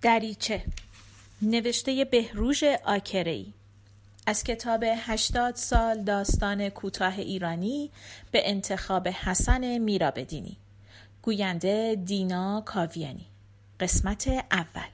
دریچه، نوشته بهروژ آکره‌ای، از کتاب 80 سال داستان کوتاه ایرانی به انتخاب حسن میرابدینی، گوینده دینا کاویانی. قسمت اول.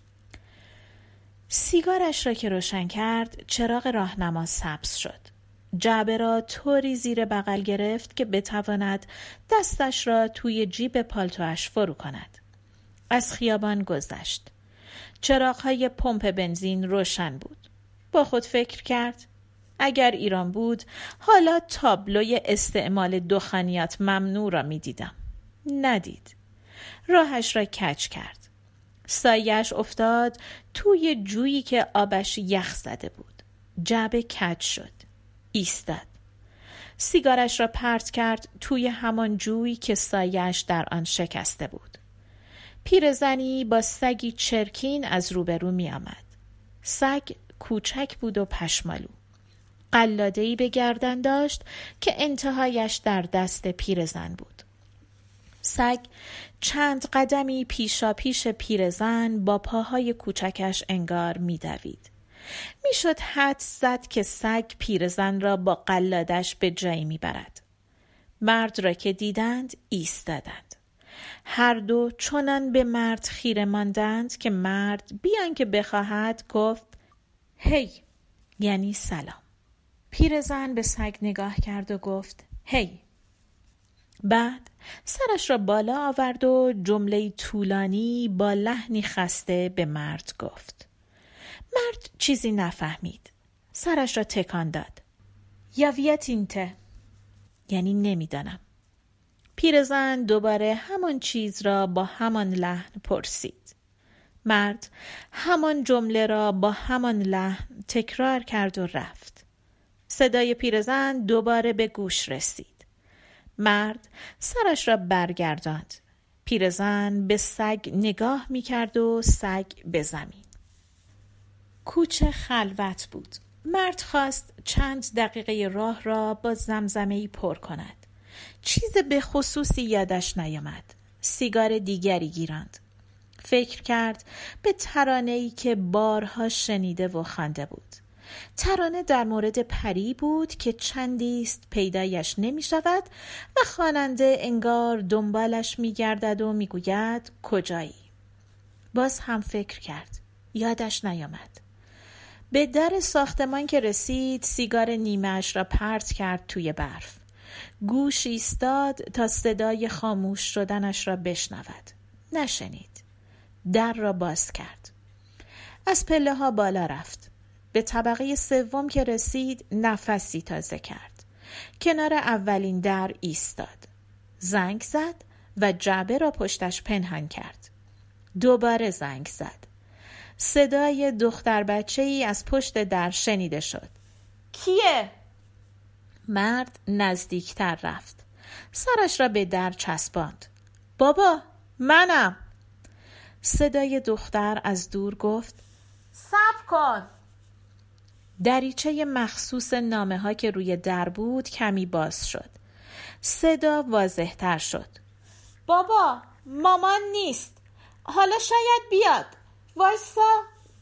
سیگارش را که روشن کرد، چراغ راهنما سبز شد. جعبه را طوری زیر بغل گرفت که بتواند دستش را توی جیب پالتوش فرو کند. از خیابان گذشت. چراغ‌های پمپ بنزین روشن بود. با خود فکر کرد اگر ایران بود حالا تابلوی استعمال دخانیات ممنوع را می دیدم. ندید. راهش را کج کرد. سایه‌اش افتاد توی جویی که آبش یخ زده بود. جعبه کج شد. ایستاد. سیگارش را پرت کرد توی همان جویی که سایه‌اش در آن شکسته بود. پیرزنی با سگی چرکین از روبرو می آمد. سگ کوچک بود و پشمالو. قلاده‌ای به گردن داشت که انتهایش در دست پیرزن بود. سگ چند قدمی پیشا پیش پیرزن با پاهای کوچکش انگار می دوید. می شد حدس زد که سگ پیرزن را با قلادش به جایی می برد. مرد را که دیدند ایستادند. هر دو چنان به مرد خیره ماندند که مرد بیان که بخواهد گفت هی، یعنی سلام. پیرزن به سگ نگاه کرد و گفت هی. بعد سرش را بالا آورد و جمله طولانی با لحنی خسته به مرد گفت. مرد چیزی نفهمید. سرش را تکان داد. یاویت اینته، یعنی نمیدانم. پیرزن دوباره همان چیز را با همان لحن پرسید. مرد همان جمله را با همان لحن تکرار کرد و رفت. صدای پیرزن دوباره به گوش رسید. مرد سرش را برگرداند. پیرزن به سگ نگاه می کرد و سگ به زمین. کوچه خلوت بود. مرد خواست چند دقیقه راه را با زمزمه‌ای پر کند. چیز به خصوصی یادش نیامد. سیگار دیگری گیراند. فکر کرد به ترانه‌ای که بارها شنیده و خوانده بود. ترانه در مورد پری بود که چندیست پیدایش نمی شود و خواننده انگار دنبالش می گردد و می گوید کجایی؟ باز هم فکر کرد. یادش نیامد. به در ساختمان که رسید سیگار نیمه‌اش را پرت کرد توی برف. گوش ایستاد تا صدای خاموش شدنش را بشنود. نشنید. در را باز کرد. از پله ها بالا رفت. به طبقه سوم که رسید نفسی تازه کرد. کنار اولین در ایستاد. زنگ زد و جعبه را پشتش پنهان کرد. دوباره زنگ زد. صدای دختر بچه‌ای از پشت در شنیده شد. کیه؟ مرد نزدیکتر رفت. سرش را به در چسباند. بابا، منم. صدای دختر از دور گفت صبر کن. دریچه مخصوص نامه ها که روی در بود کمی باز شد. صدا واضح تر شد. بابا، مامان نیست. حالا شاید بیاد. وایسا.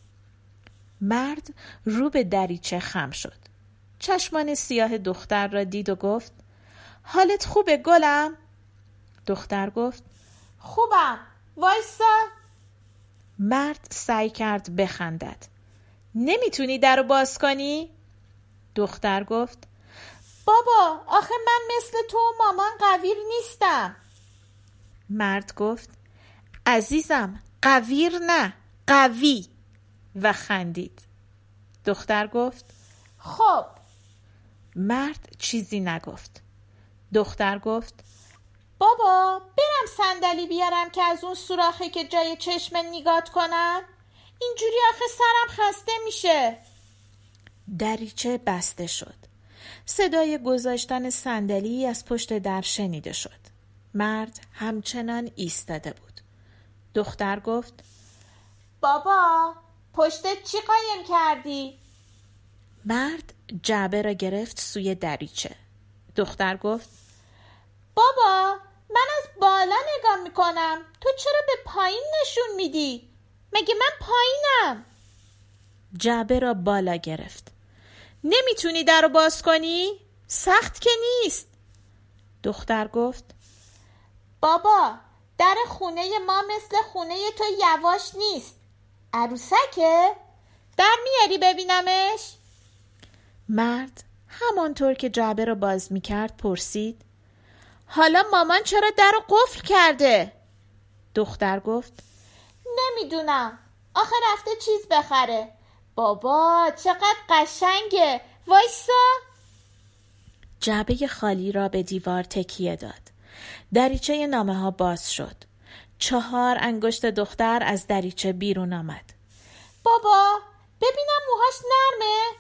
مرد رو به دریچه خم شد. چشمان سیاه دختر را دید و گفت حالت خوبه گلم؟ دختر گفت خوبم. وایسا. مرد سعی کرد بخندد. نمیتونی درو باز کنی؟ دختر گفت بابا، آخه من مثل تو و مامان قویر نیستم. مرد گفت عزیزم، قویر نه، قوی، و خندید. دختر گفت خب. مرد چیزی نگفت. دختر گفت بابا، برم صندلی بیارم که از اون سوراخه که جای چشم نگات کنم؟ اینجوری آخه سرم خسته میشه. دریچه بسته شد. صدای گذاشتن صندلی از پشت در شنیده شد. مرد همچنان ایستاده بود. دختر گفت بابا، پشتت چی قایم کردی؟ مرد جعبه را گرفت سوی دریچه. دختر گفت بابا، من از بالا نگاه میکنم. تو چرا به پایین نشون میدی؟ مگه من پایینم؟ جعبه را بالا گرفت. نمیتونی در رو باز کنی؟ سخت که نیست. دختر گفت بابا در خونه ما مثل خونه تو یواش نیست. عروسکه؟ در میاری ببینمش؟ مرد همانطور که جعبه را باز میکرد پرسید حالا مامان چرا در رو قفل کرده؟ دختر گفت نمیدونم، آخه رفته چیز بخره. بابا چقدر قشنگه، وایسا. جعبه خالی را به دیوار تکیه داد. دریچه نامه ها باز شد. 4 انگشت دختر از دریچه بیرون آمد. بابا ببینم موهاش نرمه.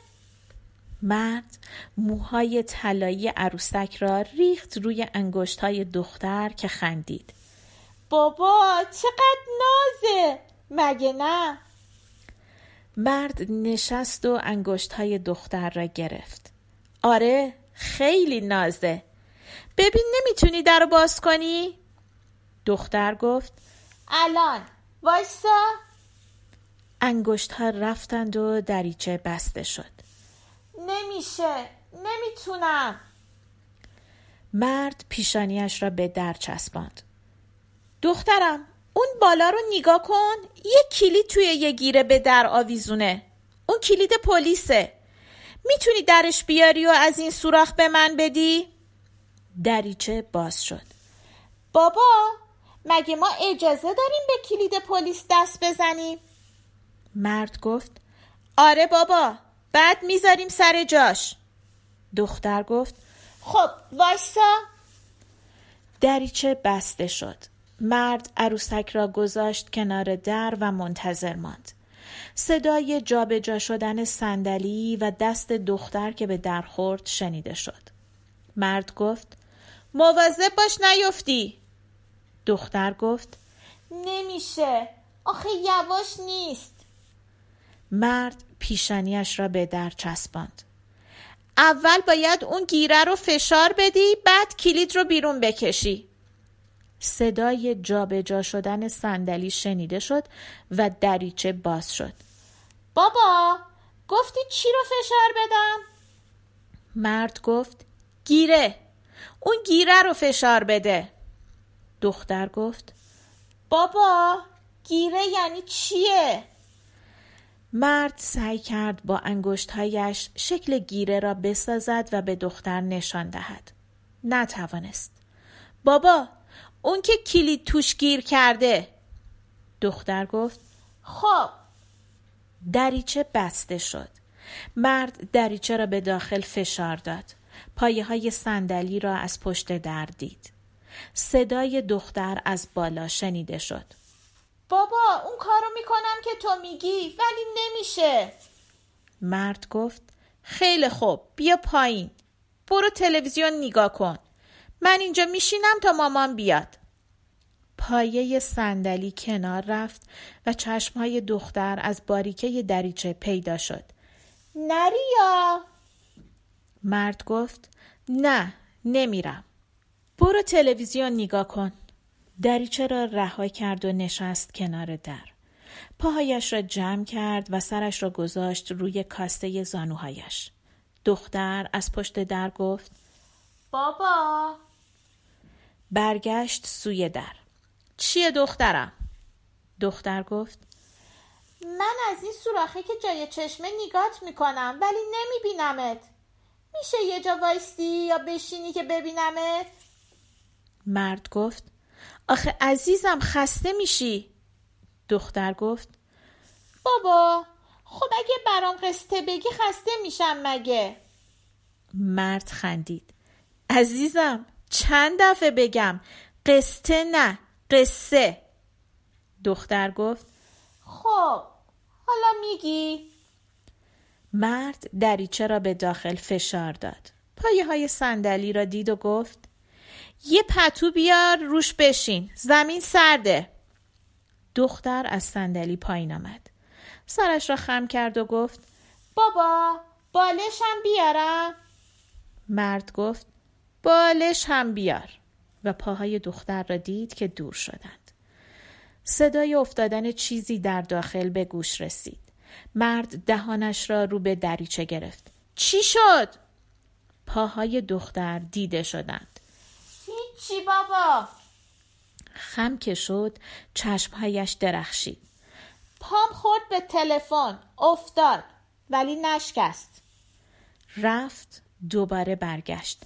مرد موهای طلایی عروسک را ریخت روی انگشت‌های دختر که خندید. بابا چقدر نازه، مگه نه؟ مرد نشست و انگشت‌های دختر را گرفت. آره خیلی نازه. ببین نمیتونی در رو باز کنی؟ دختر گفت الان وایسا. انگشت‌ها رفتند و دریچه بسته شد. نمیشه، نمیتونم. مرد پیشانیش را به در چسباند. دخترم اون بالا رو نگاه کن، یه کلید توی یه گیره به در آویزونه. اون کلید پلیسه. میتونی درش بیاری و از این سوراخ به من بدی؟ دریچه باز شد. بابا مگه ما اجازه داریم به کلید پلیس دست بزنیم؟ مرد گفت آره بابا، بعد میذاریم سر جاش. دختر گفت خب وایسا. دریچه بسته شد. مرد عروسک را گذاشت کنار در و منتظر ماند. صدای جابجا شدن صندلی و دست دختر که به در خورد شنیده شد. مرد گفت مواظب باش نیفتی. دختر گفت نمیشه، آخه یواش نیست. مرد پیشانیش را به در چسباند. اول باید اون گیره رو فشار بدی، بعد کلید رو بیرون بکشی. صدای جابجا شدن صندلی شنیده شد و دریچه باز شد. بابا گفتی چی رو فشار بدم؟ مرد گفت گیره. اون گیره رو فشار بده. دختر گفت بابا گیره یعنی چیه؟ مرد سعی کرد با انگشت‌هایش شکل گیره را بسازد و به دختر نشان دهد. نتوانست. بابا اون که کلید توش گیر کرده. دختر گفت خب. دریچه بسته شد. مرد دریچه را به داخل فشار داد. پایه‌های صندلی را از پشت در دید. صدای دختر از بالا شنیده شد. بابا اون کارو میکنم که تو میگی ولی نمیشه. مرد گفت خیلی خوب، بیا پایین. برو تلویزیون نگاه کن. من اینجا میشینم تا مامان بیاد. پایه صندلی کنار رفت و چشمهای دختر از باریکه دریچه پیدا شد. نریا. مرد گفت نه، نمیرم. برو تلویزیون نگاه کن. دریچه را رها کرد و نشست کنار در. پاهایش را جمع کرد و سرش را گذاشت روی کاسته زانوهایش. دختر از پشت در گفت بابا. برگشت سوی در. چیه دخترم؟ دختر گفت من از این سوراخی که جای چشمه نگات میکنم ولی نمیبینمت. میشه یه جا وایستی یا بشینی که ببینمت؟ مرد گفت آخه عزیزم خسته میشی. دختر گفت بابا خب اگه برام قصه بگی خسته میشم مگه؟ مرد خندید. عزیزم چند دفعه بگم؟ قصه نه، قصه. دختر گفت خب حالا میگی؟ مرد دریچه را به داخل فشار داد. پایه‌های صندلی را دید و گفت یه پتو بیار روش بشین، زمین سرده. دختر از صندلی پایین آمد. سرش را خم کرد و گفت بابا بالش هم بیارم؟ مرد گفت بالش هم بیار و پاهای دختر را دید که دور شدند. صدای افتادن چیزی در داخل به گوش رسید. مرد دهانش را رو به دریچه گرفت. چی شد؟ پاهای دختر دیده شدند. هیچی بابا. خم که شد چشمهایش درخشید. پام خورد به تلفن، افتاد ولی نشکست. رفت، دوباره برگشت.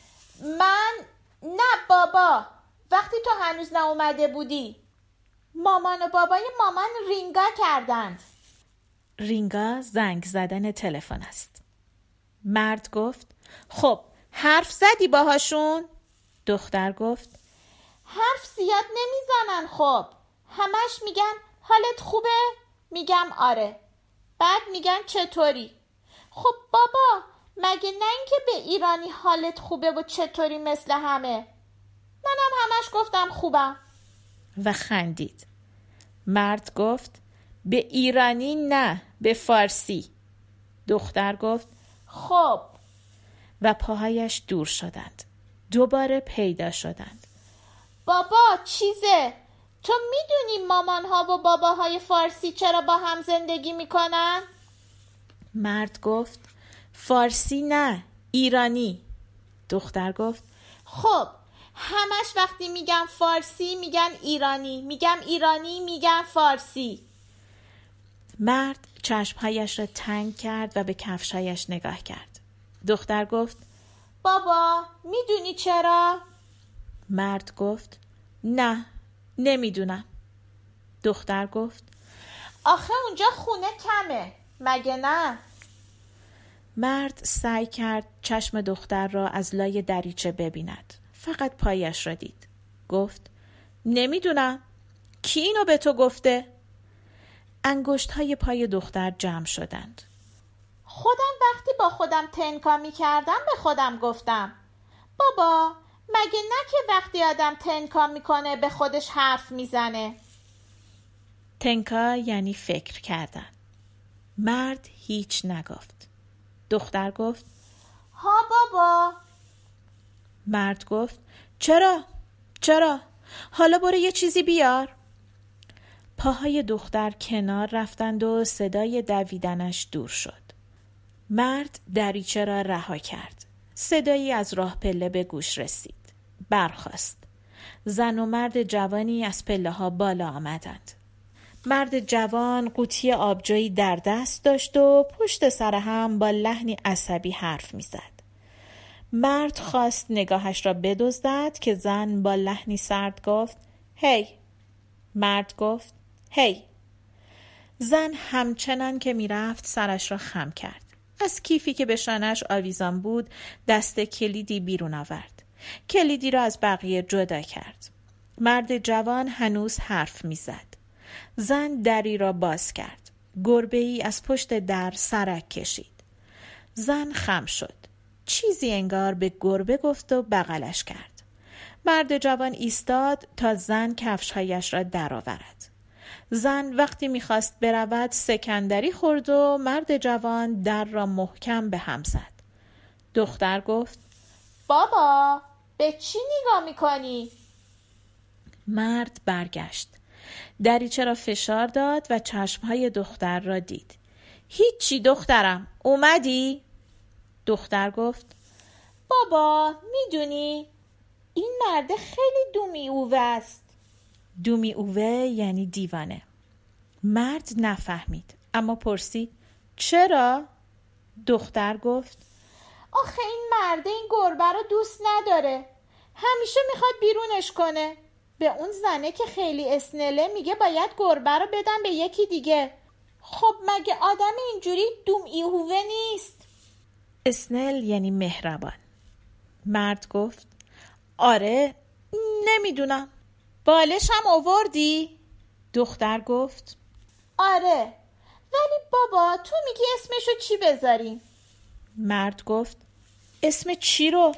نه بابا، وقتی تو هنوز ناومده بودی مامان و بابای مامان رینگا کردند. رینگا زنگ زدن تلفن است. مرد گفت خب حرف زدی باهاشون؟ دختر گفت حرف زیاد نمیزنن. خب همش میگن حالت خوبه؟ میگم آره. بعد میگن چطوری؟ خب بابا مگه نه اینکه به ایرانی حالت خوبه و چطوری مثل همه؟ منم همش گفتم خوبم. و خندید. مرد گفت به ایرانی نه، به فارسی. دختر گفت خب. و پاهایش دور شدند. دوباره پیدا شدند. بابا چیزه؟ تو میدونی مامان ها و باباهای فارسی چرا با هم زندگی میکنن؟ مرد گفت فارسی نه، ایرانی. دختر گفت خب همش وقتی میگم فارسی میگن ایرانی، میگم ایرانی میگن فارسی. مرد چشمهایش را تنگ کرد و به کفشهایش نگاه کرد. دختر گفت بابا میدونی چرا؟ مرد گفت نه، نمیدونم. دختر گفت آخه اونجا خونه کمه، مگه نه؟ مرد سعی کرد چشم دختر را از لای دریچه ببیند. فقط پایش را دید. گفت نمیدونم. کی اینو به تو گفته؟ انگشت‌های پای دختر جمع شدند. خودم وقتی با خودم تنکا می‌کردم به خودم گفتم بابا مگه نه که وقتی آدم تنکا میکنه به خودش حرف میزنه؟ تنکا یعنی فکر کردن. مرد هیچ نگفت. دختر گفت ها بابا. مرد گفت چرا؟ حالا برو یه چیزی بیار. پاهای دختر کنار رفتند و صدای دویدنش دور شد. مرد دریچه را رها کرد. صدایی از راه پله به گوش رسید. برخاست. زن و مرد جوانی از پله ها بالا آمدند. مرد جوان قوطی آبجویی در دست داشت و پشت سر هم با لحنی عصبی حرف می زد. مرد خواست نگاهش را بدزدد که زن با لحنی سرد گفت هی. مرد گفت هی. زن همچنان که می رفت سرش را خم کرد. از کیفی که به شانه‌اش آویزان بود دست کلیدی بیرون آورد. کلیدی را از بقیه جدا کرد. مرد جوان هنوز حرف می زد. زن دری را باز کرد. گربه‌ای از پشت در سرک کشید. زن خم شد. چیزی انگار به گربه گفت و بغلش کرد. مرد جوان ایستاد تا زن کفش‌هایش را درآورد. زن وقتی می‌خواست برود سکندری خورد و مرد جوان در را محکم به هم زد. دختر گفت بابا به چی نگاه می‌کنی؟ مرد برگشت. دریچه را فشار داد و چشمهای دختر را دید. هیچی دخترم، اومدی؟ دختر گفت بابا میدونی این مرد خیلی دومی اوه است. دومی اوه یعنی دیوانه. مرد نفهمید اما پرسید چرا؟ دختر گفت آخه این مرد این گربه رو دوست نداره، همیشه میخواد بیرونش کنه. به اون زنه که خیلی اسنله میگه باید گربه رو بدم به یکی دیگه. خب مگه آدم اینجوری دومی اوه نیست؟ اسنل یعنی مهربان. مرد گفت آره نمیدونم. بالش هم آوردی؟ دختر گفت آره ولی بابا تو میگی اسمشو چی بذاریم؟ مرد گفت اسم چی رو؟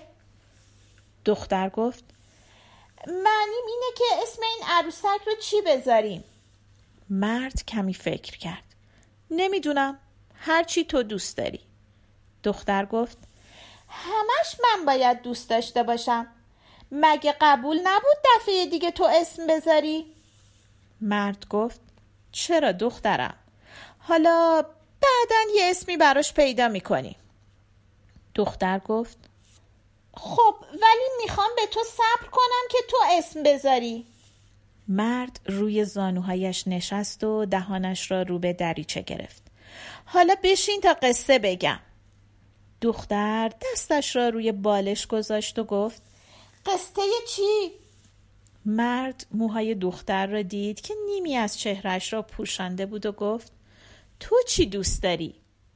دختر گفت معنیم اینه که اسم این عروسک رو چی بذاریم؟ مرد کمی فکر کرد. نمیدونم، هر چی تو دوست داری. دختر گفت همش من باید دوست داشته باشم؟ مگه قبول نبود دفعه دیگه تو اسم بذاری؟ مرد گفت چرا دخترم؟ حالا بعدن یه اسمی براش پیدا میکنی. دختر گفت خب ولی میخوام به تو صبر کنم که تو اسم بذاری. مرد روی زانوهایش نشست و دهانش را رو به دریچه گرفت. حالا بشین تا قصه بگم. دختر دستش را روی بالش گذاشت و گفت قصه چی؟ مرد موهای دختر را دید که نیمی از چهرش را پوشانده بود و گفت تو چی دوست داری؟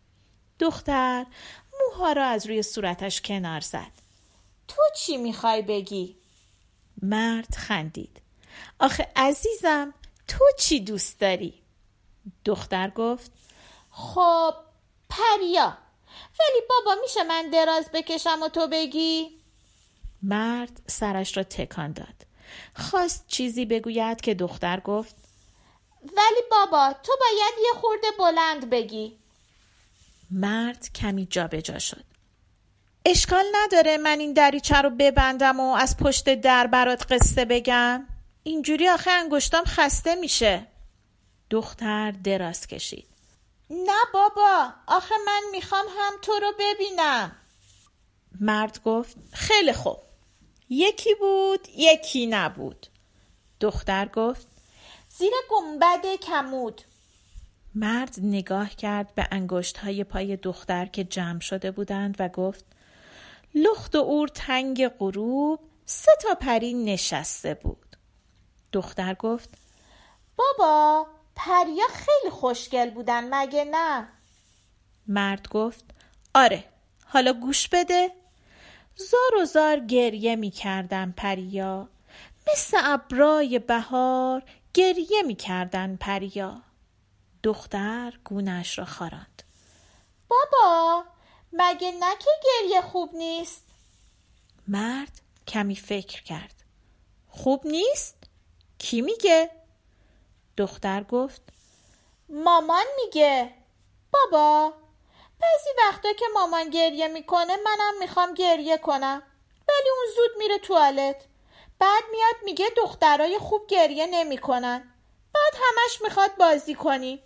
دختر موها را از روی صورتش کنار زد. تو چی میخوای بگی؟ مرد خندید. آخه عزیزم تو چی دوست داری؟ دختر گفت خب پریا. ولی بابا میشه من دراز بکشم و تو بگی؟ مرد سرش را تکان داد. خواست چیزی بگوید که دختر گفت ولی بابا تو باید یه خورده بلند بگی. مرد کمی جابجا شد. اشکال نداره من این دریچه رو ببندم و از پشت در برات قصه بگم؟ اینجوری آخه انگشتام خسته میشه. دختر دراز کشید. نه بابا، آخه من میخوام هم تو رو ببینم. مرد گفت خیلی خوب. یکی بود یکی نبود. دختر گفت زیر گنبد کمود. مرد نگاه کرد به انگشت‌های پای دختر که جمع شده بودند و گفت لخت و اور تنگ غروب 3 پری نشسته بود. دختر گفت بابا پریا خیلی خوشگل بودن مگه نه؟ مرد گفت آره، حالا گوش بده. زار و زار گریه می کردن پریا، مثل ابرای بهار گریه می کردن پریا. دختر گونه‌اش را خاراند. بابا مگه نه که گریه خوب نیست؟ مرد کمی فکر کرد. خوب نیست؟ کی میگه؟ دختر گفت مامان میگه. بابا بعضی وقتا که مامان گریه میکنه منم میخوام گریه کنم، ولی اون زود میره توالت. بعد میاد میگه دخترای خوب گریه نمیکنن. بعد همش میخواد بازی کنی.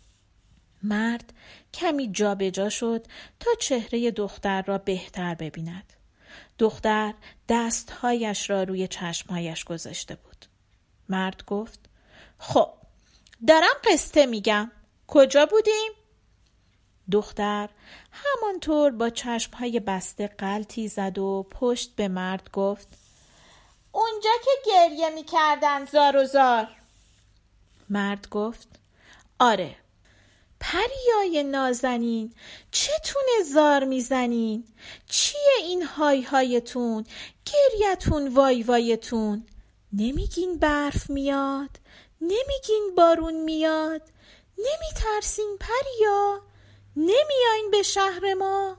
مرد کمی جابجا شد تا چهره دختر را بهتر ببیند. دختر دستهایش را روی چشمهایش گذاشته بود. مرد گفت خب دارم قصه میگم. کجا بودیم؟ دختر همانطور با چشمهای بسته غلطی زد و پشت به مرد گفت اونجا که گریه میکردن زار و زار. مرد گفت آره. پریای نازنین چتونه زار میزنین؟ چیه این های هایتون؟ گریتون وای وایتون؟ نمیگین برف میاد؟ نمیگین بارون میاد؟ نمیترسین پریا؟ نمیاین به شهر ما؟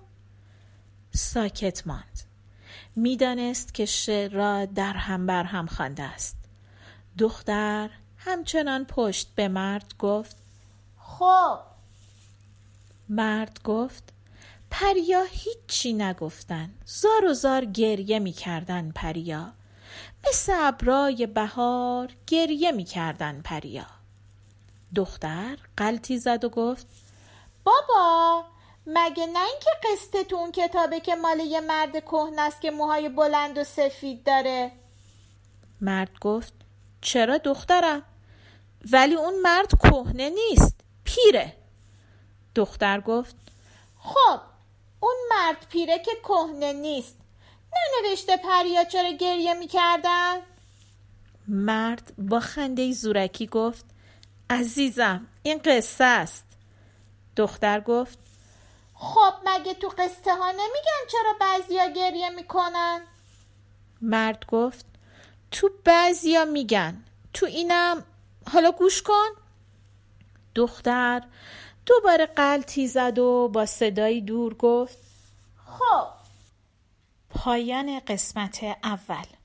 ساکت ماند. میدانست که شعر را در هم بر هم خوانده است. دختر همچنان پشت به مرد گفت خب. مرد گفت پریا هیچی نگفتن. زار و زار گریه میکردن پریا، مثل ابرای بهار گریه میکردن پریا. دختر غلطی زد و گفت بابا مگه نه این که قصه تو اون کتابه که مال یه مرد کهنه است که موهای بلند و سفید داره؟ مرد گفت چرا دخترم؟ ولی اون مرد کهنه نیست، پیره. دختر گفت خب اون مرد پیره که کهنه نیست، ننوشته پریا چرا گریه میکردن؟ مرد با خنده زورکی گفت عزیزم این قصه است. دختر گفت خب مگه تو قصه ها نمیگن چرا بعضیا گریه میکنن؟ مرد گفت تو بعضیا میگن، تو اینم. حالا گوش کن. دختر دوباره غلطی زد و با صدایی دور گفت خب. پایان قسمت اول.